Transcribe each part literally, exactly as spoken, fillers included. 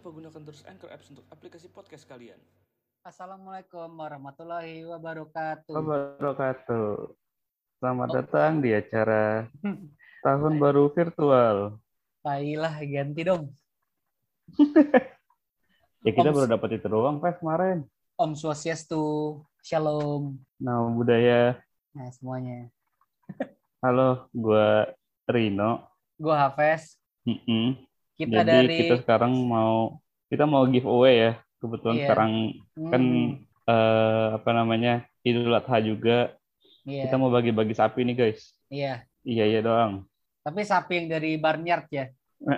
lupa gunakan terus Anchor Apps untuk aplikasi podcast kalian. Assalamualaikum warahmatullahi wabarakatuh. Wabarakatuh. Selamat Oh. datang di acara Tahun Baru Virtual. Baiklah, ganti dong. Ya kita Om, baru dapat itu doang, Pak, kemarin. Om Swastiastu, Shalom. Nama budaya. Nah, semuanya. Halo, gue Rino. Gue Hafez. Mm-mm. Kita Jadi dari... kita sekarang mau kita mau giveaway ya. Kebetulan Iya. sekarang kan Hmm. eh, apa namanya Idul Adha juga. Iya. Kita mau bagi-bagi sapi nih guys. Iya. Iya iya doang. Tapi sapi yang dari barnyard ya.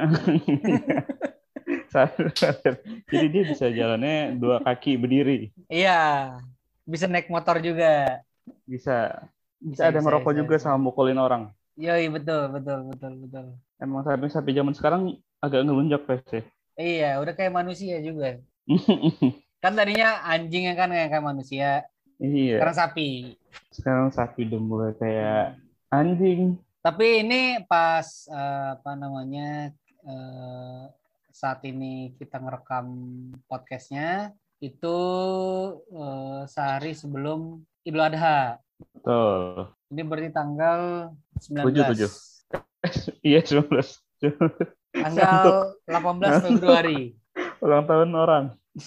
Jadi dia bisa jalannya dua kaki berdiri. Iya. Bisa naik motor juga. Bisa. Bisa, Bisa ada bisa, ngerokok bisa, juga bisa. sama mukulin orang. Yoi, betul, betul, betul, betul. Emang sapi-sapi zaman sekarang agak ngelunjak pasti. Iya, udah kayak manusia juga. Kan tadinya anjing yang kan kayak manusia. Iya. Sekarang sapi. Sekarang sapi udah mulai kayak anjing. Tapi ini pas eh, apa namanya eh, saat ini kita ngerekam podcastnya itu eh, sehari sebelum Idul Adha. Betul. Ini berarti tanggal sembilan belas. Tujuh, tujuh. Iya, sembilan belas. Tanggal delapan belas Februari. Ulang tahun orang.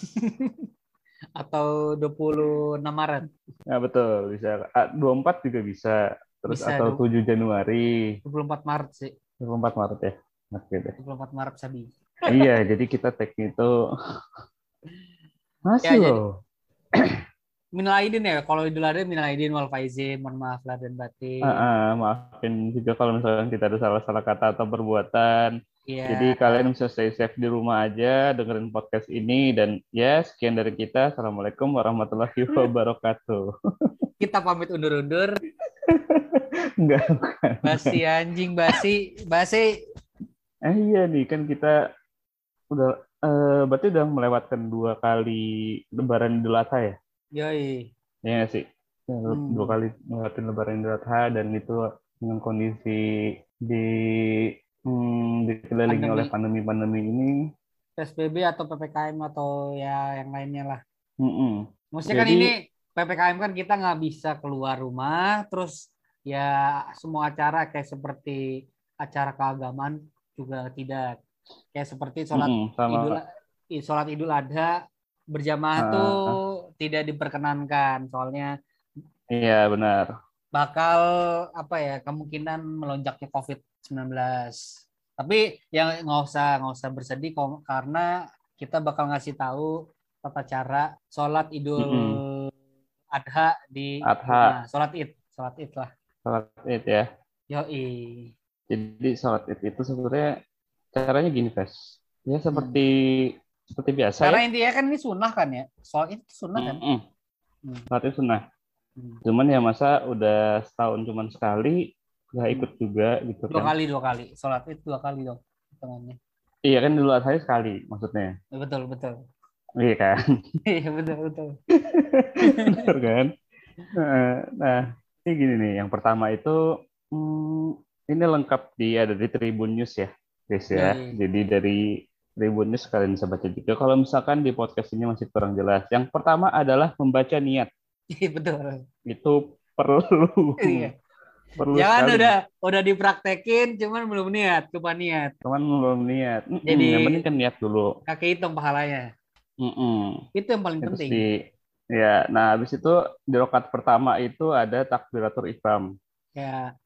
Atau dua puluh enam Maret. Ya betul, bisa. Ah, dua puluh empat juga bisa. Terus Bisa, atau du- tujuh Januari. dua puluh empat Maret sih. dua puluh empat Maret ya. Oke deh. dua puluh empat Maret Sabi. Iya, jadi kita tag-nya itu masih Ya, jadi- loh. Minal aidin ya, kalau Idul Adha minal aidin wal faizin, mohon maaf lahir dan batin. Ah, ah, maafin juga kalau misalnya kita ada salah-salah kata atau perbuatan. Iya. Jadi kalian bisa stay safe di rumah aja, dengerin podcast ini. Dan ya, sekian dari kita. Assalamualaikum warahmatullahi wabarakatuh. Kita pamit undur-undur. Enggak, bukan. Basi anjing, basi, basi. Eh iya nih, kan kita udah, eh, berarti udah melewatkan dua kali Lebaran Idul Adha ya? Yoi. Iya nggak sih? Ya, Hmm. Dua kali ngelewatin Lebaran Idul Adha, dan itu dengan kondisi di hmm, dikelilingi Pandemi. oleh pandemi-pandemi ini. P S B B atau P P K M atau ya yang lainnya lah. Mm-mm. Maksudnya kan Jadi- ini P P K M kan kita nggak bisa keluar rumah, terus ya semua acara kayak seperti acara keagamaan juga tidak. Kayak seperti sholat Mm-mm, sama. Idul i- sholat Idul Adha berjamaah Ah. tuh tidak diperkenankan soalnya Iya benar. bakal apa ya kemungkinan melonjaknya covid sembilan belas. Tapi yang nggak usah nggak usah bersedih kok, karena kita bakal ngasih tahu tata cara sholat Idul Mm-mm. Adha di Adha. nah, sholat Id, sholat Id lah. Sholat Id ya. Yoi. Jadi sholat Id itu sebenarnya caranya gini, Ves. Ya seperti seperti biasa Karena ya. intinya kan ini sunnah kan ya, sholat Id itu sunnah kan. Mm-mm. Hmm. Sholat Id sunnah. Hmm. Cuman ya masa udah setahun cuman sekali, nggak ikut juga gitu Dua kan. kali dua kali sholat Id dua kali dong hitungannya. Iya kan dulu saya sekali maksudnya. Ya, betul betul. Iya kan. Iya betul betul. Benar kan? Nah, nah, ini gini nih. Yang pertama itu hmm, ini lengkap di ada di Tribun News ya, guys ya. Yoi. Jadi dari Tribun News kalian bisa baca juga. Kalau misalkan di podcast ini masih kurang jelas. Yang pertama adalah membaca niat. Iya betul. Itu perlu. Iya. Perlu Jangan sekali. udah udah dipraktekin cuman belum niat, lupa niat. Cuman belum niat. Mm-mm, Jadi- yang penting kan niat dulu. Kaki hitung pahalanya. Mm-mm. Itu yang paling Itu penting. sih. Ya, nah habis itu di rakaat pertama itu ada takbiratul ihram. Ya.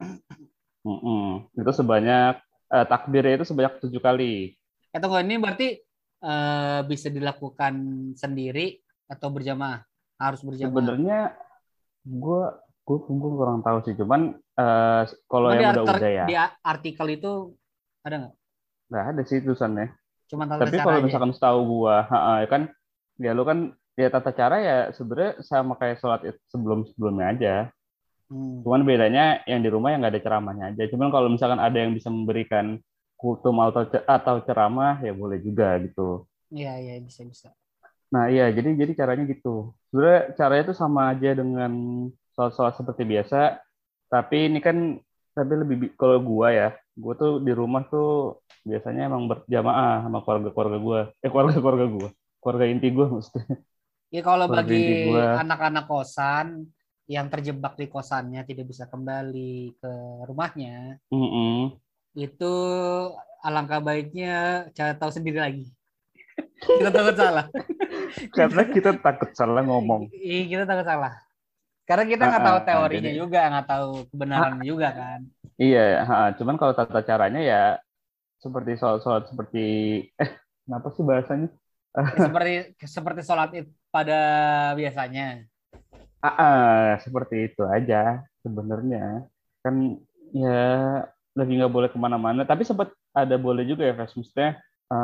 Mm-mm. Itu sebanyak eh, takbirnya itu sebanyak tujuh kali. Eh tunggu, ini berarti eh, bisa dilakukan sendiri atau berjamaah? Harus berjamaah. Sebenarnya gue gue gue kurang tahu sih. Cuman eh, kalau Cuma di, yang arti- udah-udah ya di artikel itu ada nggak? nggak ada sih tulisannya. Cuma tata Tapi cara kalau aja. misalkan setahu gue, ha-ha, ya kan ya lu kan ya tata cara ya sebenarnya sama kayak sholat id sebelum-sebelumnya aja. Hmm. Cuman bedanya yang di rumah yang nggak ada ceramahnya aja. Cuman kalau misalkan ada yang bisa memberikan kultum atau atau ceramah ya boleh juga gitu. Iya iya bisa bisa. Nah iya jadi jadi caranya gitu. Sebenarnya caranya itu sama aja dengan sholat-sholat seperti biasa. Tapi ini kan tapi lebih bi- kalau gua ya gue tuh di rumah tuh biasanya emang berjamaah sama keluarga-keluarga gue. Eh keluarga-keluarga gue. Keluarga inti gue maksudnya. Ya kalau Keluarga inti bagi gue. anak-anak kosan yang terjebak di kosannya tidak bisa kembali ke rumahnya, Mm-mm. itu alangkah baiknya cari tahu sendiri lagi. Kita takut salah. Karena kita takut salah ngomong. Iya, kita takut salah. Karena kita nggak Ah, tahu ah, teorinya jadi- juga, nggak tahu kebenarannya juga kan. Iya, ha, cuman kalau tata caranya ya seperti sholat-sholat seperti eh kenapa sih bahasanya? Ya, seperti seperti sholat id pada biasanya. Ah, ah, seperti itu aja sebenarnya. Kan ya lagi nggak boleh kemana-mana. Tapi sempat ada boleh juga ya, Fes. Maksudnya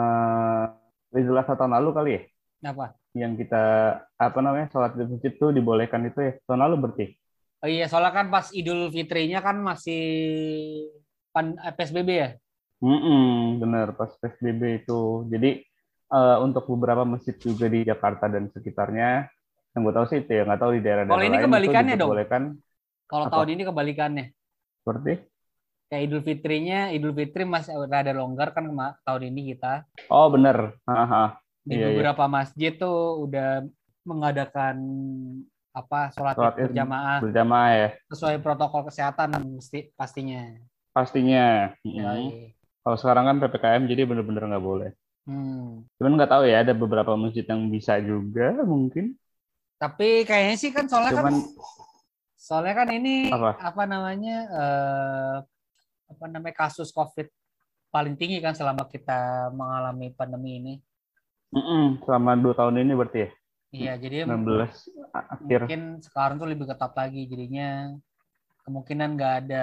eh Idul Adha tahun lalu kali ya, Apa? yang kita apa namanya sholat di masjid tuh dibolehkan itu ya tahun lalu berarti. Oh iya, soalnya kan pas Idul Fitrinya kan masih pan, P S B B ya. Mm-mm, bener pas P S B B itu. Jadi eh, untuk beberapa masjid juga di Jakarta dan sekitarnya, yang gue tahu sih itu ya, nggak tahu di daerah-daerah Kalau ini lain kebalikannya itu dong. diperbolehkan Kalau apa? tahun ini kebalikannya. Seperti Kayak Idul Fitrinya, Idul Fitri masih rada longgar kan kema- tahun ini kita. oh bener, haha. Di Iya, iya. beberapa masjid tuh udah mengadakan apa sholat Sholat id id berjamaah berjamaah ya, sesuai protokol kesehatan mesti pastinya. pastinya. Mm-mm. Yoi. Kalau sekarang kan P P K M jadi bener-bener nggak boleh. Hmm. Cuman nggak tahu ya, ada beberapa masjid yang bisa juga mungkin. Tapi kayaknya sih kan soalnya kan Cuman soalnya kan ini apa? apa namanya eh, apa namanya kasus COVID paling tinggi kan selama kita mengalami pandemi ini. Mm-mm, selama dua tahun ini berarti ya, Iya, jadi sembilan belas akhir. mungkin sekarang tuh lebih ketat lagi, jadinya kemungkinan nggak ada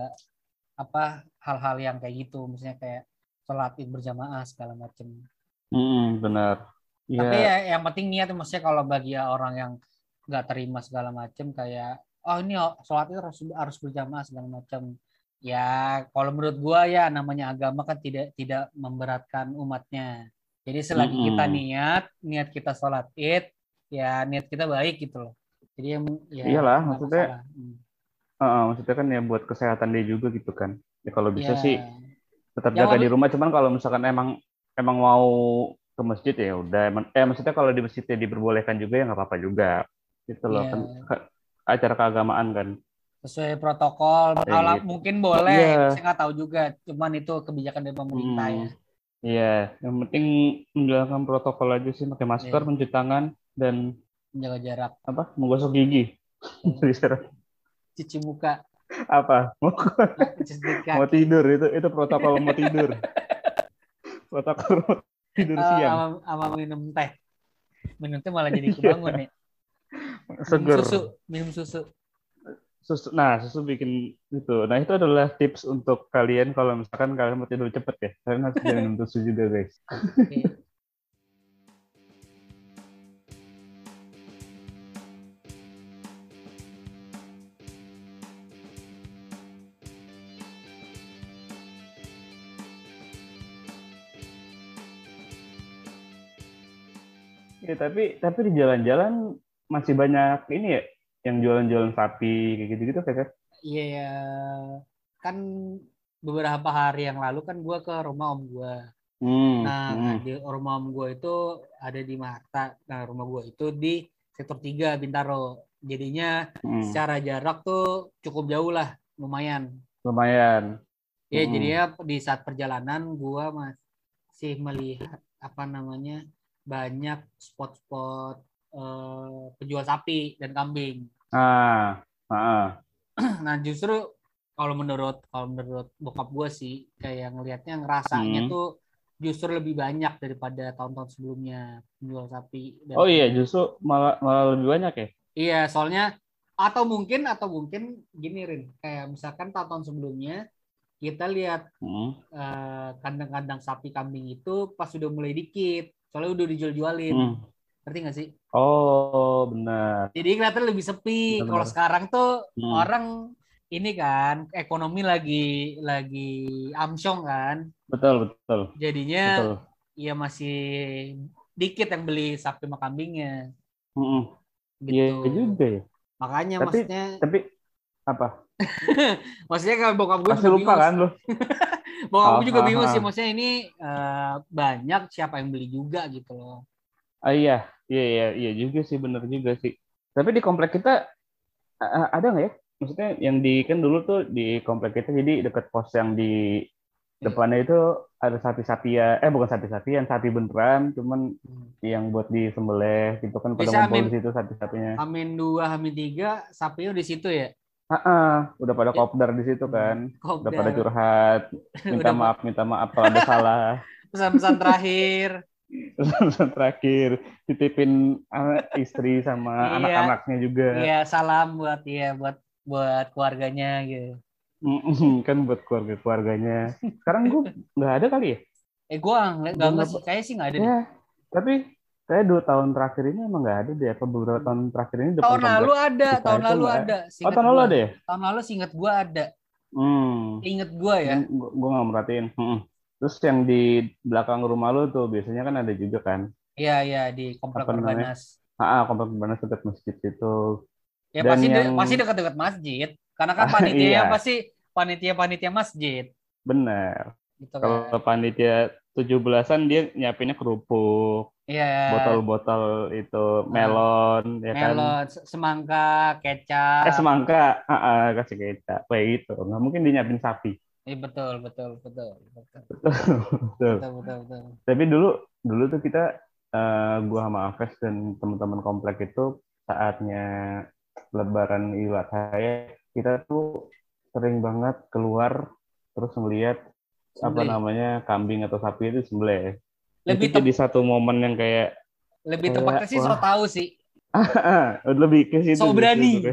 apa hal-hal yang kayak gitu, misalnya kayak sholat id berjamaah segala macam. Mm-mm, benar. Tapi Ya, ya yang penting niat, maksudnya kalau bagi orang yang nggak terima segala macam kayak oh ini sholat itu harus harus berjamaah segala macam. Ya kalau menurut gua ya namanya agama kan tidak tidak memberatkan umatnya. Jadi selagi kita mm-mm. niat, niat kita sholat id, ya niat kita baik gitu loh. Jadi yang ya Iyalah, nggak maksudnya, masalah. Hmm. uh, maksudnya kan ya buat kesehatan dia juga gitu kan. Ya kalau bisa Ya, sih tetap yang jaga di lebih- rumah. Cuman kalau misalkan emang emang mau ke masjid ya udah. Emang, eh maksudnya kalau di masjidnya diperbolehkan juga ya nggak apa-apa juga. Gitu loh Iya. kan ke- acara keagamaan kan. sesuai protokol, Kayak kalau gitu. mungkin boleh, Iya. saya nggak tahu juga. Cuman itu kebijakan dari pemerintah ya. Hmm, iya, yang penting menjalankan protokol aja sih, pakai masker, Iya. mencuci tangan dan Menjaga jarak, apa? Menggosok gigi. cuci muka, apa? Mau, cuci kaki. mau tidur itu itu protokol mau tidur. Protokol mau tidur Eh, siang. sama, sama minum teh. Minum teh malah jadi kebangun ya. Minum Seger. susu, minum susu. Susu, nah, susu bikin itu. Nah, itu adalah tips untuk kalian kalau misalkan kalian mau tidur cepet ya. Kalian harus minum susu juga, guys. Oke. Ya, tapi tapi di jalan-jalan masih banyak ini ya yang jualan-jualan sapi kayak gitu-gitu kayak. Iya, ya. Kan beberapa hari yang lalu kan gue ke rumah om gue. Hmm, Nah, hmm. di rumah om gue itu ada di Marta. Nah, rumah gue itu di sektor tiga Bintaro. Jadinya Hmm. secara jarak tuh cukup jauh lah, lumayan. Lumayan. Ya, Hmm. jadinya di saat perjalanan gue masih melihat apa namanya banyak spot-spot eh, penjual sapi dan kambing. Ah, ah. Nah, justru kalau menurut kalau menurut bokap gue sih kayak ngelihatnya ngerasanya Hmm. tuh justru lebih banyak daripada tahun-tahun sebelumnya penjual sapi. Dan Oh iya, justru malah malah lebih banyak ya. Iya, soalnya atau mungkin atau mungkin gini Rin, kayak misalkan tahun-tahun sebelumnya kita lihat Hmm. eh, kandang-kandang sapi kambing itu pas sudah mulai dikit, soalnya udah dijual-jualin. Hmm. Ngerti nggak sih? Oh, benar. Jadi kelihatan lebih sepi. Benar-benar. Kalau sekarang tuh Hmm. orang ini kan ekonomi lagi lagi amsyong kan. Betul, betul. Jadinya Betul. ya masih dikit yang beli sapi sama kambingnya. Hmm. Gitu. Iya juga ya. Makanya Tapi maksudnya tapi apa? maksudnya kalau bokap gue Pasti juga lupa bingung. kan lu? Bokap aku juga Ah, bingung ah, sih, ah. maksudnya ini eh, banyak siapa yang beli juga gitu loh. Ah, iya, iya, iya, iya juga sih, bener juga sih. Tapi di komplek kita ah, ada nggak ya? Maksudnya yang di kan dulu tuh di komplek kita jadi deket pos yang di Iya. depannya itu ada sapi-sapian, eh bukan sapi-sapian, sapi beneran, cuman Hmm. yang buat disembelih gitu kan pada Biasa ngumpul Amin di situ sapi-sapinya. Amin dua, Amin tiga, sapinya di situ ya. Ah, ah, udah pada Ya, kopdar di situ kan, hmm, udah pada kopdar. curhat, minta Udah Pak. maaf, minta maaf kalau ada salah. Pesan-pesan terakhir. Terus terakhir titipin anak, istri sama Iya, anak-anaknya juga. iya salam buat ya buat buat keluarganya gitu. Mm-mm, kan buat keluarga-keluarganya. Sekarang gue nggak ada kali ya? Eh gua nggak Udah nggak nggak, sih, kayaknya sih nggak ada deh. ya. Tapi kayak dua tahun terakhir ini emang nggak ada deh. Apa beberapa tahun terakhir ini depan Tahun lalu komplek ada, kita tahun itu lalu nggak. ada, Oh, seingat tahun lalu gua. ada ya? Tahun lalu seingat gua ada. Hmm. Ingat gua ya. Gue nggak merhatiin. Mm-mm. Terus yang di belakang rumah lu tuh biasanya kan ada juga kan? Iya, iya di Komplek Apa namanya? Perbanas. Ah, ah, komplek mana dekat masjid itu. Ya Dan pasti yang de- pasti dekat-dekat masjid. Karena kan ah, panitianya iya, pasti panitia-panitia masjid benar. gitu kan. Kalau panitia tujuh belasan dia nyiapinnya kerupuk, Iya, botol-botol itu eh, melon, ya kan? melon, se- semangka, Eh kecap. semangka, ah, ah, kasih kecap, kayak gitu. Nggak mungkin dia nyiapin sapi. Iya betul, betul, betul, betul. Betul. Betul, betul, betul. Tapi dulu, dulu tuh kita, eh, gua sama Aves dan teman-teman komplek itu saatnya Lebaran Idul Adha ya, kita tuh sering banget keluar terus ngelihat apa Sembelih. namanya kambing atau sapi itu sembelih. Itu Lebih tep, jadi satu momen yang kayak lebih tepatnya kayak sih so wah tahu sih. lebih ke situ So justru berani. gue.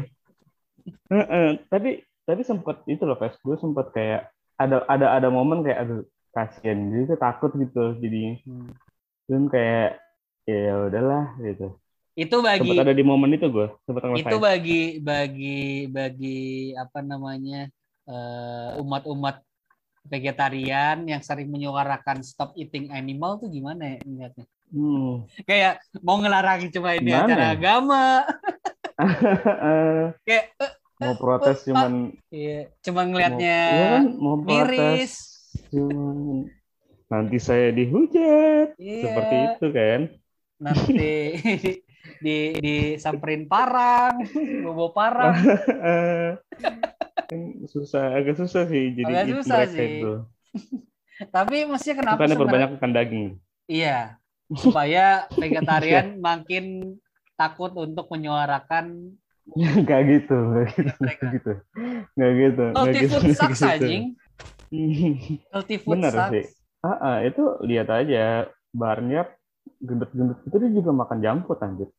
Heeh, tapi tapi sempat itu loh Ves, gue sempat kayak ada ada ada momen kayak aduh kasihan juga takut gitu jadi Hmm. dan kayak ya udahlah gitu. Itu Sempat bagi ada di momen itu gue sempat itu ngerasain. bagi bagi bagi apa namanya eh, umat-umat vegetarian yang sering menyuarakan stop eating animal tuh gimana ya ingatnya? Hmm, Kayak mau ngelarang cuma ini gimana acara ya? agama, kayak eh, Mau eh, protes ah, cuman iya, cuma mau ngelihatnya iya kan mau protes miris. cuman nanti saya dihujat seperti Iya, itu kan. nanti di disamperin parang, bobo parang. Kan susah agak susah sih jadi Agak eat susah mereka sih. itu. Tapi maksudnya kenapa Bukannya sebenarnya? perbanyak makan daging. Iya, supaya Iya, vegetarian makin takut untuk menyuarakan nggak gitu, nggak gitu, ya nggak mereka. gitu, nggak gitu, nggak Healthy gitu, food nggak sucks gitu. anjing. Healthy food Bener sih. sucks. Ah, ah, itu lihat aja barnya gendut-gendut itu dia juga makan jangkut anjir.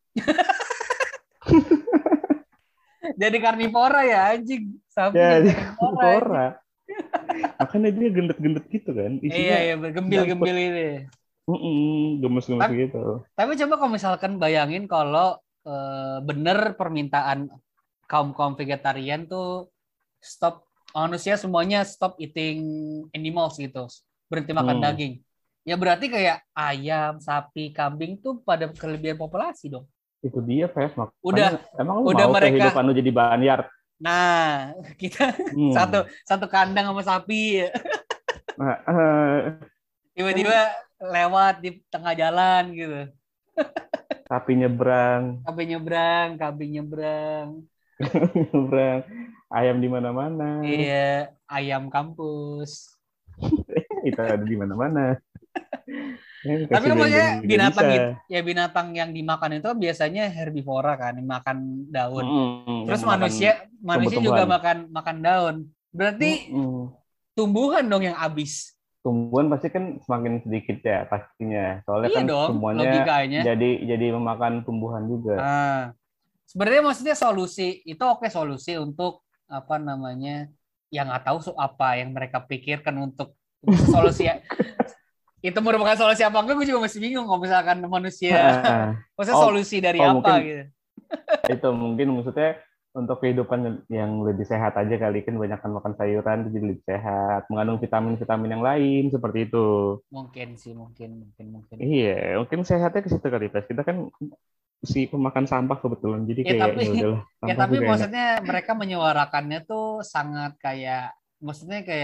Jadi karnivora ya anjing. Sapi Ya, jadi dia karnivora anjing. karnivora. Makanya dia gendut-gendut gitu kan. Iya, Isinya iya, jangkut. gembil-gembil ini. Mm-mm, gemes-gemes Tapi, gitu. tapi coba kalau misalkan bayangin kalau eh, bener permintaan kaum-kaum vegetarian tuh stop manusia semuanya stop eating animals gitu. Berhenti makan Hmm. daging. Ya berarti kayak ayam, sapi, kambing tuh pada kelebihan populasi dong. Itu dia, Fes. Udah Makanya, emang lu udah mau mereka. kehidupan lu jadi banyak? Nah, kita Hmm. satu satu kandang sama sapi Nah, eh, kan tiba-tiba lewat di tengah jalan gitu. sapi nyebrang, Kambing nyebrang, kambing nyebrang. nyebrang, ayam di mana-mana. Iya, ayam kampus. Itu ada di mana-mana. Kan Tapi kasih kan dendeng maksudnya juga bisa. binatang it- ya binatang yang dimakan itu biasanya herbivora kan, makan daun. Mm-mm, yang Terus makan manusia manusia juga tumbuh-tumbuhan. makan makan daun. Berarti Mm-mm. tumbuhan dong yang habis. Tumbuhan pasti kan semakin sedikit ya pastinya. Soalnya Iya kan dong, semuanya logikanya. jadi jadi memakan tumbuhan juga. Ah, sebenarnya maksudnya solusi itu oke solusi untuk apa namanya yang nggak tahu so- apa yang mereka pikirkan untuk untuk solusi ya. Itu merupakan solusi apa enggak gue juga masih bingung kalau misalkan manusia maksudnya Oh, solusi dari oh apa mungkin gitu. itu mungkin maksudnya untuk kehidupan yang lebih sehat aja kali kan banyakkan makan sayuran jadi lebih sehat, mengandung vitamin-vitamin yang lain seperti itu. Mungkin sih, mungkin mungkin mungkin. Iya, mungkin sehatnya ke situ kali, Pes. Kita kan si pemakan sampah kebetulan. Jadi Ya kayak tapi ya udahlah, ya sampah tapi juga enak. maksudnya mereka menyuarakannya tuh sangat kayak maksudnya kayak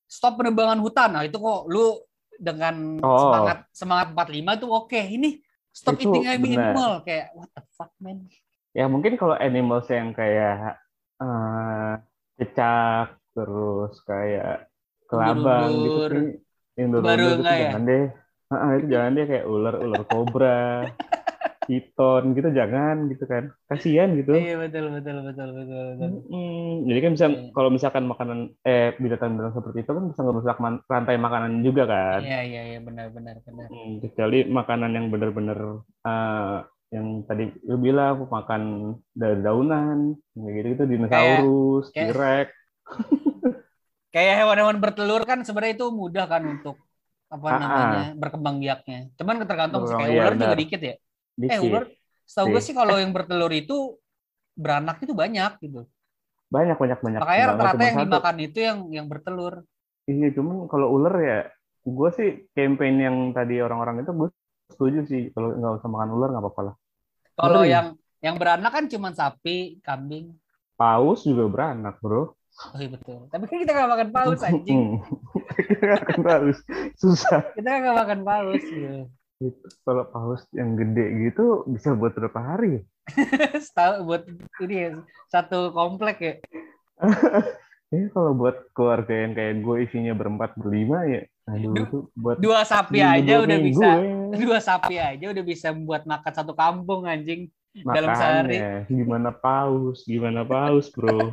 stop penebangan hutan. Nah, itu kok lu dengan Oh. semangat semangat empat puluh lima tuh oke. Ini stop Itu eating benar. animal kayak what the fuck man. Ya mungkin kalau animals yang kayak eh, cicak terus kayak kelabang gitu Undur-undur. sih, yang Itu baru undur-undur itu enggak ya? jangan deh. Ah, itu jangan deh kayak ular ular kobra, piton gitu jangan gitu kan, kasihan gitu. Iya betul betul betul betul betul. Mm-mm. Jadi kan bisa Iya kalau misalkan makanan eh binatang-binatang seperti itu kan bisa merusak man- rantai makanan juga kan. iya iya iya benar benar benar. Mm, kecuali makanan yang benar-benar eh, yang tadi lu bilang aku makan dari daunan kayak gitu gitu Kayak dinosaurus, kayak T-Rex. kayak hewan-hewan bertelur kan sebenarnya itu mudah kan untuk apa Ah, namanya ah. berkembang biaknya. Cuman tergantung sih Beruang, kayak iya ular juga benar. dikit ya. Eh Dikit ular setahu sih. gue sih kalau yang bertelur itu beranak itu banyak gitu. Banyak banyak banyak Makanya banget rata-rata cuma yang satu. dimakan itu yang yang bertelur. Iya, cuman kalau ular ya gue sih campaign yang tadi orang-orang itu gue setuju sih kalau nggak usah makan ular nggak apa-apa lah. Kalau Ngeri. yang yang beranak kan cuma sapi, kambing. Paus juga beranak, bro. Oh iya betul. Tapi kan kita nggak makan paus anjing. Kita kan paus. Susah. Kita nggak makan paus gitu. Itu kalau paus yang gede gitu bisa buat berapa hari? Tahu buat ini ya, satu komplek ya. Ini kalau buat keluarga yang kayak gue isinya berempat berlima ya, aduh Du- itu buat Dua sapi seminggu, aja dua udah minggu, bisa. ya. Dua sapi aja udah bisa membuat makan satu kampung anjing dalam sehari. Makanya gimana paus, gimana paus bro,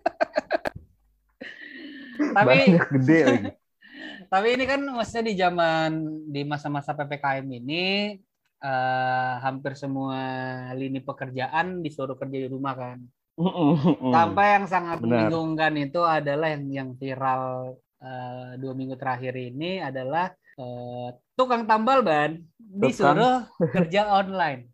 Tapi banyak gede lagi. tapi ini kan maksudnya di zaman di masa-masa P P K M ini eh, hampir semua lini pekerjaan disuruh kerja di rumah kan. Sampai yang sangat Benar. membingungkan itu adalah yang yang viral eh, dua minggu terakhir ini adalah eh, tukang tambal ban disuruh kerja online.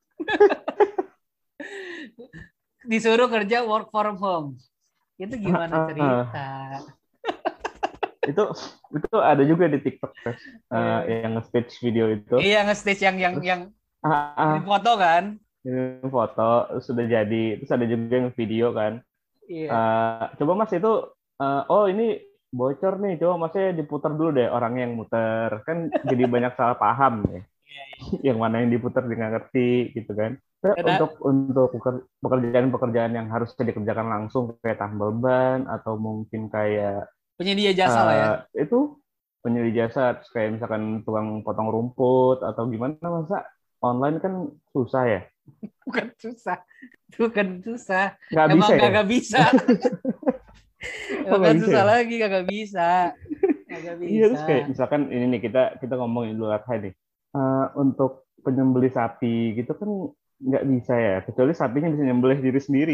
Disuruh kerja work from home. Itu gimana cerita? itu itu ada juga di TikTok guys, uh, yang nge-stitch video itu. Iya nge-stitch yang yang yang ah, ah, ini foto kan? Ini foto sudah jadi, terus ada juga yang video kan. Iya. Uh, coba mas itu, uh, oh ini bocor nih, coba masnya diputar dulu deh orangnya yang muter, kan jadi banyak salah paham ya. Iya, iya. Yang mana yang diputar dia nggak ngerti gitu kan. Nah, untuk untuk pekerjaan-pekerjaan yang harus dikerjakan langsung kayak tambal ban atau mungkin kayak penyedia jasa uh, lah ya. Itu penyedia jasa kayak misalkan tukang potong rumput atau gimana, masa online kan susah ya? Bukan susah, bukan susah. Nggak Emang bisa nggak ya? bisa. Oh, Emang bisa susah ya? lagi kagak bisa. Kagak bisa. Iya, terus kayak misalkan ini nih kita kita ngomongin dulu Adha nih. Uh, untuk penyembelih sapi gitu kan nggak bisa ya, kecuali sapinya bisa nyembelih diri sendiri.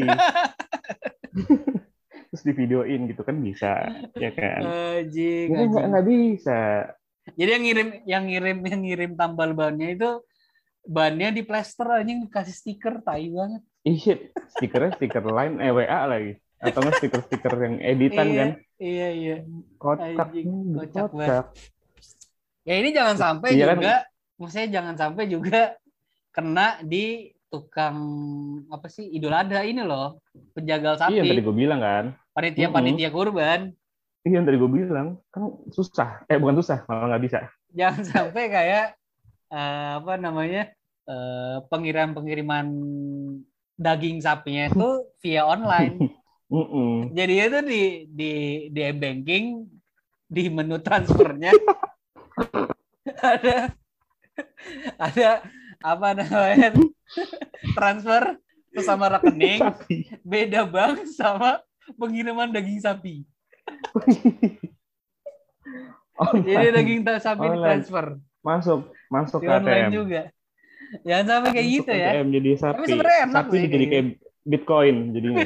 Terus divideoin gitu kan bisa, ya kan? Ajing, Nggak, nggak, nggak bisa. Jadi yang ngirim yang ngirim yang ngirim tambal bannya itu bannya di plester anjing dikasih stiker, tai banget. Iya, stikernya stiker lain, eh W A lagi. Atau nggak stiker-stiker yang editan iya, kan? Iya, iya. Kocak, Anjing, kocak kocak. banget. Ya ini jangan sampai Iya juga, kan? maksudnya jangan sampai juga kena di tukang apa sih Idul Adha ini loh, penjagal sapi. Iya yang tadi gue bilang kan. Panitia-panitia kurban. Iya yang tadi gue bilang kan susah, eh bukan susah, malah nggak bisa. Jangan sampai kayak uh, apa namanya uh, pengiriman-pengiriman daging sapinya itu via online. Jadi itu di di di e-banking di menu transfernya ada ada apa namanya transfer sama rekening beda bank sama pengiriman daging sapi. Jadi daging sapi transfer masuk masuk di ke online A T M juga. Jangan sampai kayak masuk gitu ya. A T M jadi sapi. Tapi sebenarnya enak sapi sih jadi kayak Bitcoin jadinya.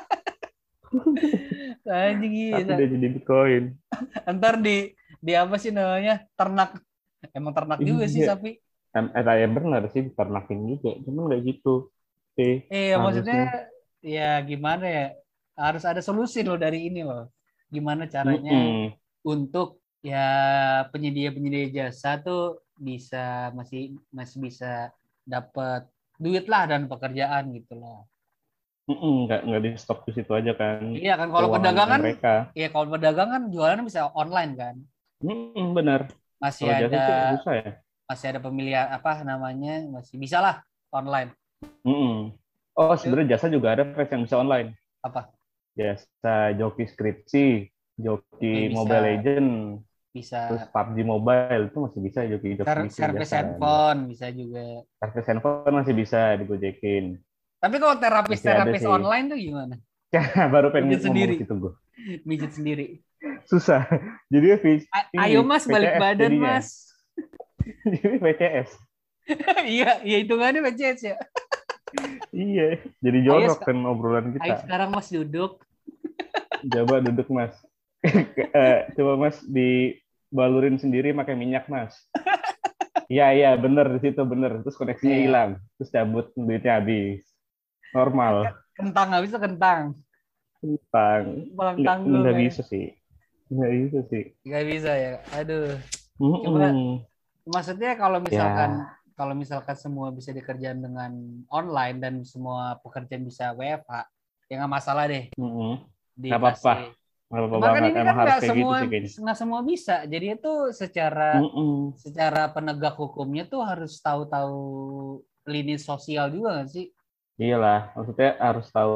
Anjing iya. Sapi dia jadi Bitcoin. Ntar di di apa sih namanya ternak. Emang ternak juga sih sapi. Eh, ya benar sih ternakin juga, cuman nggak gitu sih. Iya maksudnya ya gimana ya, harus ada solusi loh dari ini loh. Gimana caranya mm-hmm. untuk ya penyedia-penyedia jasa tuh bisa masih masih bisa dapat duit lah dan pekerjaan gitu loh. Mm-mm, nggak nggak di stop di situ aja kan Iya kan, kalau keuangan pedagangan, mereka. ya kalau pedagangan jualan bisa online kan. Mm-mm, benar. Masih Kalau jasa ada sih susah ya. masih ada pemilihan apa namanya, masih bisa lah online. Mm-mm. Oh, Yuk, sebenarnya jasa juga ada Fes, yang bisa online. apa? Jasa joki skripsi, Eh, joki bisa Mobile Legend, terus bisa P U B G Mobile itu masih bisa joki-joki Ser- gitu servis jasa dia. handphone bisa juga. Service handphone masih bisa digojekin. Tapi kalau Masih ada terapis-terapis sih. online tuh gimana? Baru Mijit pengen ngomong sendiri, situ gue. mijit sendiri. Susah. Jadi V- A- Ayo ini mas, balik V C S badan jadinya. mas. Jadi V C S. Iya, iya hitungannya B C S ya. Iya, jadi Ayo, jorok sek- kan obrolan ayo kita. sekarang mas duduk. Coba duduk mas. Eh, Coba mas dibalurin sendiri pakai minyak mas. Iya iya bener di situ bener. Terus koneksinya Iya. hilang. Terus cabut duitnya habis. Normal. Kentang nggak bisa kentang. Tentang Palang nggak tanggung nggak ya. bisa sih. Nggak bisa sih. Nggak bisa ya. Aduh. Coba Mm-mm. maksudnya kalau misalkan Ya. kalau misalkan semua bisa dikerjain dengan online dan semua pekerjaan bisa W F H, ya nggak masalah deh Mm-mm. Nggak apa-apa. dikasih. Nggak apa-apa Cuma kan banget. ini kan Emang harus nggak kayak gitu semua sih kayaknya. nggak semua bisa. Jadi itu secara Mm-mm. secara penegak hukumnya tuh harus tahu-tahu lini sosial juga nggak sih? Iyalah. Maksudnya harus tahu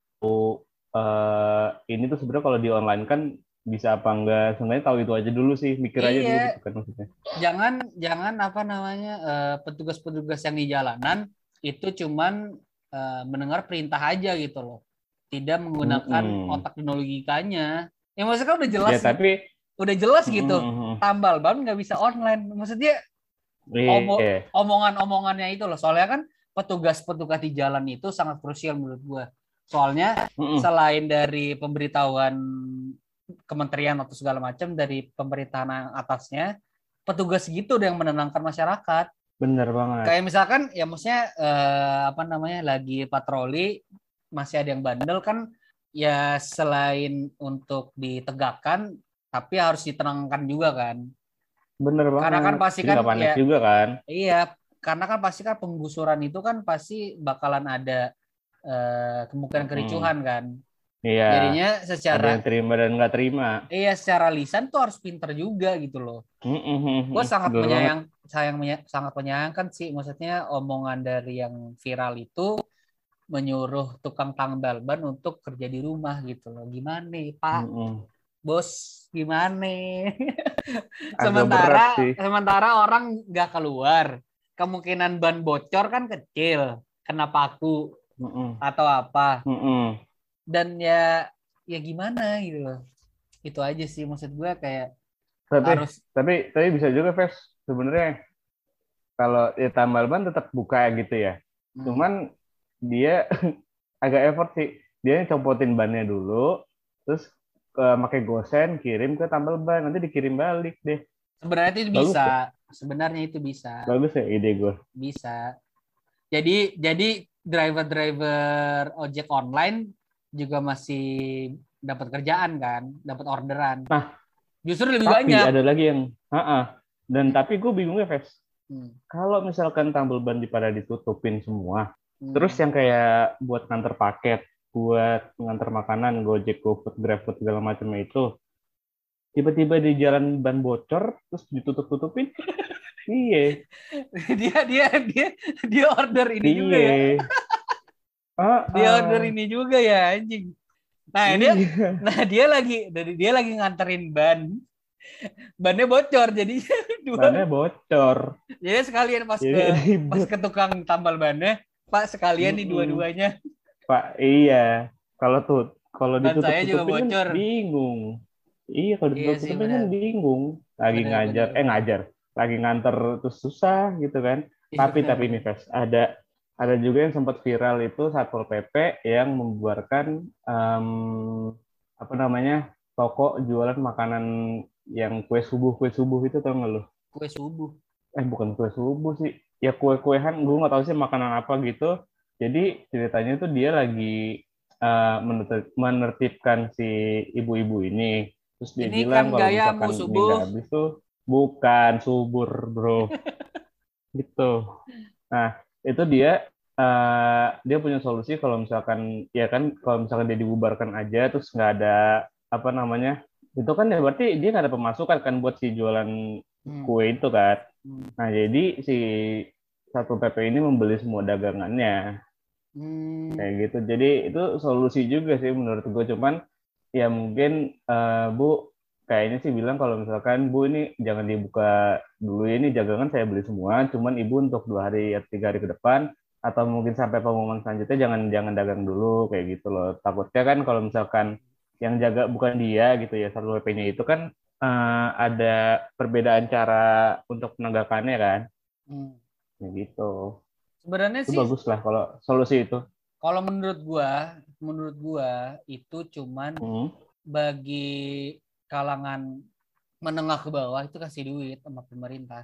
eh ini tuh sebenarnya kalau di online kan bisa apa enggak. Sebenarnya tahu itu aja dulu sih. Mikir aja dulu Iya, gitu kan maksudnya. jangan jangan apa namanya eh, petugas-petugas yang di jalanan itu cuman eh, mendengar perintah aja gitu loh, tidak menggunakan Mm-mm. otak dan logikanya. Ya maksudnya kan udah jelas, Ya tapi udah jelas gitu. mm-mm. Tambal ban nggak bisa online. Maksudnya omo- Iya. omongan-omongannya itu loh. Soalnya kan petugas-petugas di jalan itu sangat krusial menurut gua. Soalnya Mm-mm. selain dari pemberitahuan kementerian atau segala macam dari pemerintahan yang atasnya, petugas gitu udah yang menenangkan masyarakat. Bener banget. Kayak misalkan ya maksudnya eh, apa namanya lagi patroli masih ada yang bandel kan, ya selain untuk ditegakkan tapi harus ditenangkan juga kan. Bener Karena kan banget. pasti Jadi kan nggak panik ya juga kan. iya, karena kan pasti kan penggusuran itu kan pasti bakalan ada eh, kemungkinan Mm-mm. kericuhan kan. Iya. Jadinya Ada secara yang terima dan nggak terima. iya secara lisan tuh harus pinter juga gitu loh. Mm-mm. Gue sangat Bener banget. menyayang sayang menya- sangat menyayangkan sih, maksudnya omongan dari yang viral itu menyuruh tukang tambal ban untuk kerja di rumah gitu loh. Gimana nih, Pak? Mm-mm. Bos, gimana? Agak sementara berat sih. sementara orang nggak keluar, kemungkinan ban bocor kan kecil, kena paku Mm-mm. atau apa. Mm-mm. Dan ya ya gimana gitu loh. Itu aja sih maksud gue, kayak Tapi harus tapi tapi bisa juga Ves sebenarnya kalau ya tambal ban tetap buka gitu ya. hmm, Cuman dia agak effort sih. Dia copotin bannya dulu, terus ke pakai gosen kirim ke tambal ban, nanti dikirim balik deh. sebenarnya itu Bagus bisa. ya? Sebenarnya itu bisa. Bagus ya ide gue. Bisa. Jadi jadi driver-driver ojek online juga masih dapat kerjaan kan, dapat orderan. Nah, Justru lebih tapi banyak. ada lagi yang, ha dan Hmm. tapi gue bingungnya, Ves. Hmm. Kalau misalkan tambal ban di pada ditutupin semua, Hmm. terus yang kayak buat nganter paket, buat nganter makanan, Gojek, GoFood, GrabFood segala macamnya itu, tiba-tiba di jalan ban bocor, terus ditutup-tutupin, iya, dia dia dia dia order ini juga ya. iya, ah, Dia ah. order ini juga ya anjing. Nah, dia Iya. nah dia lagi dari dia lagi nganterin ban. Bannya bocor jadi dua. Bannya bocor, Jadi sekalian pas jadi ke pas ribet, ke tukang tambal bannya, Pak sekalian nih Mm-mm. dua-duanya. Pak. Iya, kalau tuh kalau Ban saya juga ditutup-tutupin kan bocor. bingung. Iya, kalau Iya sih, ditutup-tutupin kan benar. bingung. Lagi Benar, ngajar, benar. eh ngajar, lagi nganter terus susah gitu kan. Iya, Tapi benar, tapi benar. nih, Ves, ada ada juga yang sempat viral itu Satpol P P yang membuarkan em, apa namanya toko jualan makanan yang kue subuh kue subuh itu, tau nggak lu? Kue subuh. Eh bukan kue subuh sih, ya kue-kuehan, gue nggak tahu sih makanan apa gitu. Jadi ceritanya tuh dia lagi uh, menertib- menertibkan si ibu-ibu ini, terus dia Ini bilang kan kalau gayamu misalkan ini subuh. nggak habis tuh bukan subur bro, gitu. Nah itu dia uh, dia punya solusi kalau misalkan ya kan kalau misalkan dia dibubarkan aja terus nggak ada apa namanya itu kan ya berarti dia nggak ada pemasukan kan buat si jualan Hmm. kue itu kan. Hmm. Nah jadi si Satpol P P ini membeli semua dagangannya Hmm. kayak gitu. Jadi itu solusi juga sih menurut gue. Cuman ya mungkin uh, Bu kayaknya sih bilang kalau misalkan Bu ini jangan dibuka dulu ya, ini dagangan saya beli semua. Cuman Ibu untuk dua hari atau tiga hari ke depan atau mungkin sampai pengumuman selanjutnya jangan jangan dagang dulu kayak gitu loh. Takutnya kan kalau misalkan yang jaga bukan dia gitu ya Satpol P P-nya itu kan uh, ada perbedaan cara untuk penegakannya kan. Hmm. Ya gitu. Sebenarnya Itu sih bagus lah kalau solusi itu. kalau menurut gua, menurut gua itu cuman Hmm. bagi kalangan menengah ke bawah itu kasih duit sama pemerintah.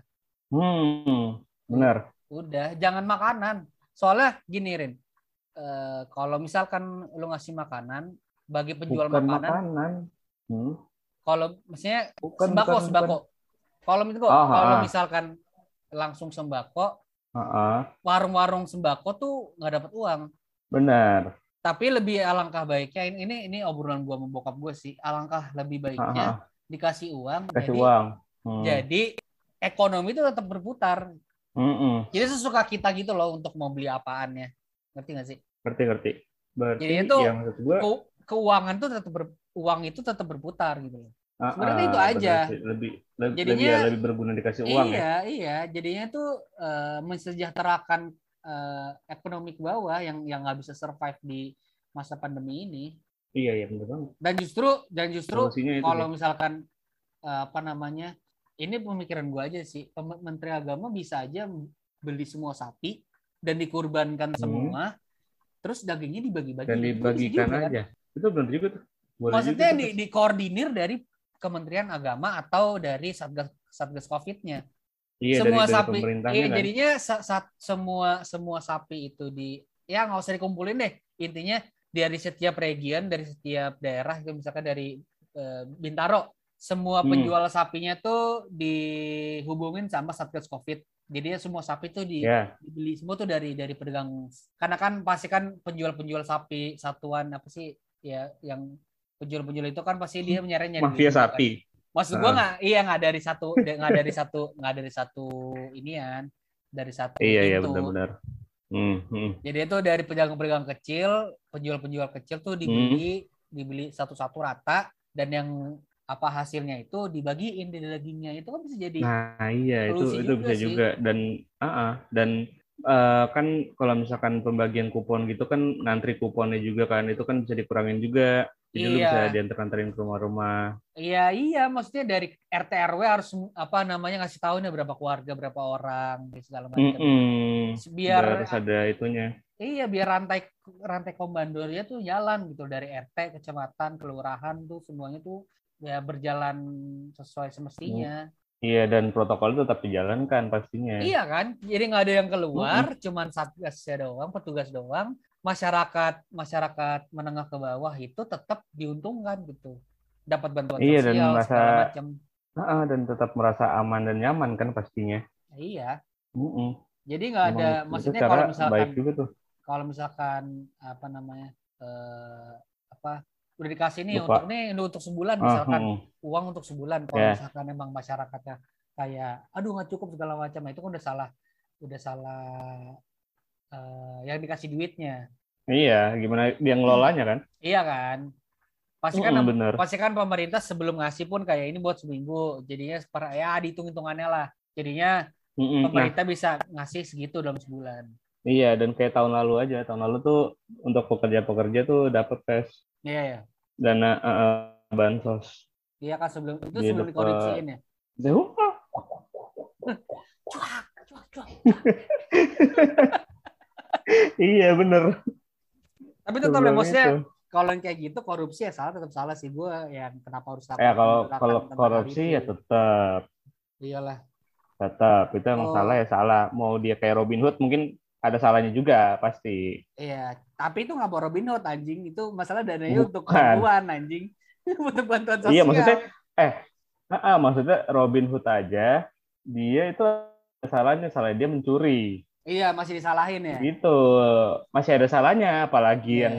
Hmm, benar. Udah, jangan makanan. Soalnya gini Rin, eh, kalau misalkan lu ngasih makanan bagi penjual Bukan makanan, makanan. Hmm. kalau maksudnya Bukan, sembako, bukan, sembako. bukan. Kalau itu Oh, kalau ha, ha. misalkan langsung sembako, Ha, ha. warung-warung sembako tuh nggak dapat uang. Benar. Tapi lebih alangkah baiknya ini ini, ini obrolan gua sama bokap gue sih. Alangkah lebih baiknya Ha, ha. dikasih uang. Kasih jadi uang. Hmm. jadi ekonomi itu tetap berputar. Mm-mm. Jadi sesuka kita gitu loh untuk mau beli apaannya. Ngerti nggak sih? Ngerti, ngerti. Berarti Jadi itu yang maksud gue, ke, keuangan tuh tetap ber, uang itu tetap berputar gitu loh. ah, Sebenarnya ah, itu benar aja. sih. Lebih, lebih, Jadinya lebih, ya, lebih berguna dikasih uang ya. Iya, iya. Jadinya tuh uh, mensejahterakan uh, ekonomi ke bawah yang yang nggak bisa survive di masa pandemi ini. Iya, iya benar banget. Dan justru dan justru Solusinya itu kalau sih. misalkan uh, apa namanya, ini pemikiran gue aja sih. Pem- Menteri Agama bisa aja beli semua sapi dan dikurbankan Hmm. semua, terus dagingnya dibagi-bagi. Dan Itu bisa dibagikan juga, kan? aja. Itu benar juga tuh. Boleh Maksudnya juga di, tuh. dikoordinir dari Kementerian Agama atau dari Satgas Satgas Covid-nya. Iya, Semua dari, dari sapi, pemerintahnya iya kan. jadinya sa- sa- semua semua sapi itu di ya nggak usah dikumpulin deh. Intinya dari setiap region, dari setiap daerah, misalkan dari eh, Bintaro, semua Hmm. penjual sapinya tuh dihubungin sama Satgas Covid. Jadi semua sapi tuh di, Ya. dibeli semua tuh dari dari pedagang. Karena kan pasti kan penjual-penjual sapi satuan apa sih ya yang penjual-penjual itu kan pasti dia nyari-nyari duit Mafia juga kan. sapi. Maksud gue nggak, iya nggak dari satu, nggak dari satu, nggak dari satu inian, dari satu Iya, iya pintu. benar-benar. Hmm, hmm. Jadi itu dari pedagang-pedagang kecil, penjual-penjual kecil tuh dibeli, Hmm. dibeli satu-satu rata, dan yang apa hasilnya itu dibagiin di dagingnya, itu kan bisa jadi Nah iya itu solusi itu juga bisa sih. juga dan ah ah, dan eh, kan kalau misalkan pembagian kupon gitu kan ngantri kuponnya juga kan itu kan bisa dikurangin juga jadi lu bisa Iya, diantar-antarin ke rumah-rumah. iya, iya, maksudnya dari R T R W harus apa namanya ngasih tahu nih berapa keluarga, berapa orang, segala macam. Mm-mm. Biar harus ada itunya. Iya, biar rantai rantai komandornya tuh jalan gitu dari R T, kecamatan, kelurahan tuh semuanya tuh ya berjalan sesuai semestinya. Iya dan protokol itu tetap dijalankan pastinya. Iya kan? Jadi nggak ada yang keluar, Mm-mm. cuman satgasnya doang, petugas doang. Masyarakat masyarakat menengah ke bawah itu tetap diuntungkan gitu. Dapat bantuan Iya dan sosial merasa segala macam. ah, ah, dan tetap merasa aman dan nyaman kan pastinya. Iya. Mm-mm. Jadi nggak ada, Emang itu maksudnya cara kalau misalkan baik juga tuh. kalau misalkan apa namanya eh, apa udah dikasih nih Lupa. untuk nih untuk sebulan Ah, misalkan mm. uang untuk sebulan, kalau Ya. misalkan emang masyarakatnya kayak aduh nggak cukup segala macam, itu kan udah salah udah salah eh, yang dikasih duitnya. Iya gimana dia ngelolanya kan. Iya kan, pasti kan Mm-mm, bener. pasti kan pemerintah sebelum ngasih pun kayak ini buat seminggu, jadinya per, ya dihitung hitungannya lah, jadinya Mm-mm. Nah, pemerintah bisa ngasih segitu dalam sebulan. iya, dan kayak tahun lalu aja. Tahun lalu tuh untuk pekerja-pekerja tuh dapat tes Iya ya, dana uh, bansos. iya kan sebelum itu Dia sebelum dapat. dikorupsiin ya. Cuak, cuak, cuak. Iya bener. Tapi tetap ya, Sebelum maksudnya itu. kalau yang kayak gitu korupsi ya salah, tetap salah sih gue yang kenapa harus Ya kalau menggerakkan kalau tentang hal korupsi itu. ya tetap Iyalah. tetap itu emang Oh. salah ya salah. Mau dia kayak Robin Hood mungkin ada salahnya juga pasti. Iya, tapi itu nggak mau Robin Hood anjing, itu masalah dananya Bukan. untuk bantuan anjing, untuk bantuan sosial. Iya maksudnya eh ah, ah, maksudnya Robin Hood aja dia itu salahnya salah dia mencuri. Iya, masih disalahin ya. Gitu. Masih ada salahnya, apalagi Iya. yang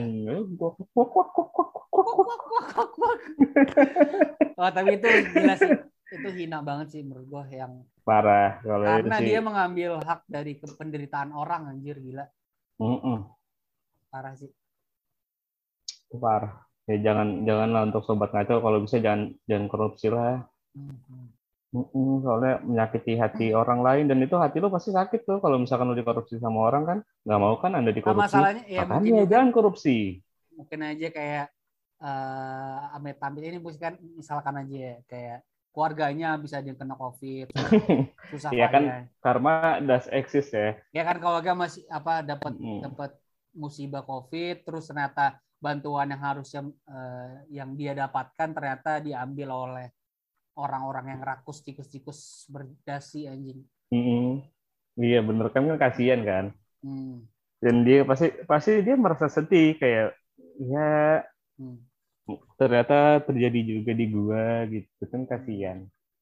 Oh, tapi itu gila sih. Itu hina banget sih menurut gue yang parah kalau itu karena sih. dia mengambil hak dari ke- penderitaan orang anjir gila. Mm-mm. Parah sih. Itu parah. Ya jangan janganlah untuk sobat ngaco, kalau bisa jangan jangan korupsi lah. Mhm. Mm-mm, soalnya menyakiti hati orang lain, dan itu hati lo pasti sakit tuh kalau misalkan lo dikorupsi sama orang kan. Nggak mau kan Anda Nah, dikorupsi. masalahnya ya mungkin Makanya juga jangan korupsi. mungkin aja kayak eh amit-amit ini kan misalkan aja ya, kayak keluarganya bisa dia kena COVID, susah Ya kan payah. karma does exist ya. Ya kan keluarga masih apa dapat Mm. dapat musibah COVID, terus ternyata bantuan yang harusnya eh, yang dia dapatkan ternyata diambil oleh orang-orang yang rakus tikus-tikus berdasi anjing. Mm-mm. Iya bener kan, kan kasihan kan. Hmm. Dan dia pasti pasti dia merasa sedih kayak ya Hmm. ternyata terjadi juga di gua gitu kan, kasihan.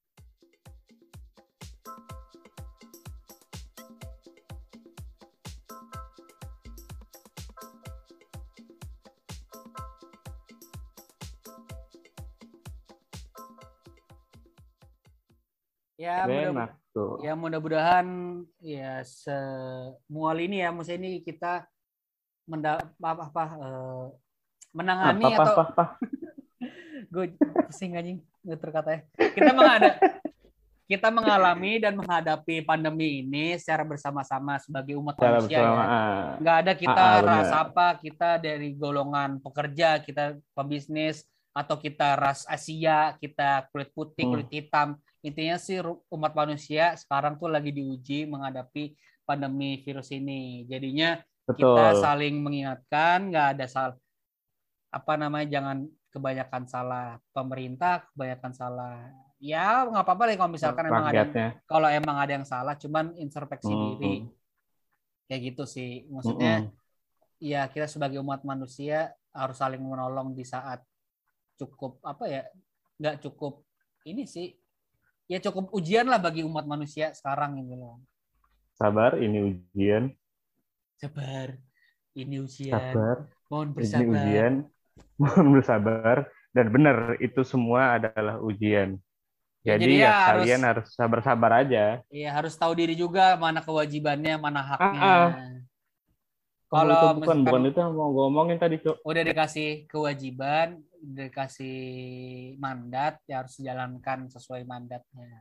Ya mudah Enak tuh. ya mudah-mudahan ya semual ini ya maksudnya ini kita menda apa, apa eh, menangani Apa, apa, atau apa, apa. gue pusing anjing ngeter katanya. Kita mengada kita mengalami dan menghadapi pandemi ini secara bersama-sama sebagai umat Cara manusia bersama. ya. Ah, Nggak ada kita ah, ah, bener. ras apa, kita dari golongan pekerja, kita pebisnis, atau kita ras Asia, kita kulit putih, Hmm. kulit hitam. Intinya sih ru- umat manusia sekarang tuh lagi diuji menghadapi pandemi virus ini. Jadinya kita Betul. saling mengingatkan, nggak ada salah apa namanya, jangan kebanyakan salah pemerintah, kebanyakan salah ya nggak apa-apa deh kalau misalkan emang ada yang, Rakyatnya. kalau emang ada yang salah, cuman introspeksi Hmm. diri kayak gitu sih. Mm-mm. Maksudnya ya kita sebagai umat manusia harus saling menolong di saat cukup apa ya, nggak cukup ini sih, ya cukup ujian lah bagi umat manusia sekarang gitu loh. Sabar, ini ujian. Sabar, ini ujian. Sabar, Mohon ini bersabar. ujian. Mohon bersabar. Dan benar, itu semua adalah ujian. Ya, Jadi jadi ya ya harus kalian harus sabar-sabar aja. ya harus tahu diri juga mana kewajibannya, mana Ah, haknya. ah. Oh, Kalau itu bukan, misalkan bukan itu yang mau gue omongin tadi, Cuk. udah dikasih kewajiban, dikasih mandat, ya harus dijalankan sesuai mandatnya.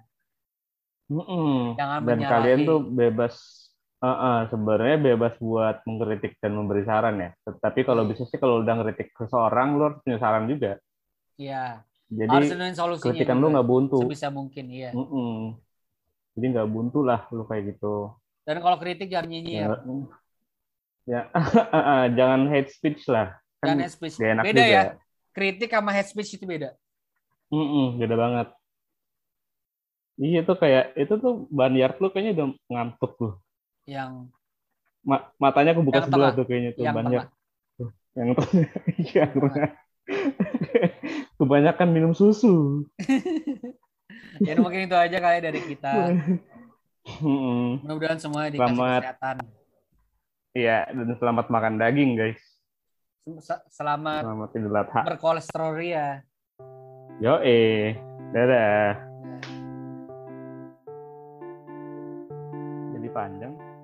Mm-mm. Jangan Dan menyalahi. kalian tuh bebas, uh, uh, sebenarnya bebas buat mengkritik dan memberi saran ya. Tapi kalau Iya. bisa sih kalau udah ngeritik seseorang, lu harus punya saran juga. Iya. Jadi Harus nemuin solusinya kritikan juga, lu nggak buntu. sebisa mungkin, iya. Mm-mm. Jadi nggak buntu lah lu kayak gitu. Dan kalau kritik jangan nyinyir. Ya, ya. Jangan hate speech lah. Kan Jangan hate speech. gak enak Beda juga. ya. Kritik sama hate speech itu beda. Mm-mm, beda banget. Iya tuh kayak itu tuh Banyar lu kayaknya udah ngantuk tuh. Yang Ma- matanya kebuka yang sebelah tengah. tuh kayaknya tuh Yang Banyar. tengah. Tuh, yang tengah. Iya, Yang tengah. kebanyakan minum susu. Ya mungkin itu aja kali dari kita. Mm-mm. Mudah-mudahan semua dikasih Selamat. kesehatan. Iya, dan selamat makan daging, guys. Se- Selamat Selamat Idul Adha. berkolesterol ya. Yo eh, dadah. Jadi panjang.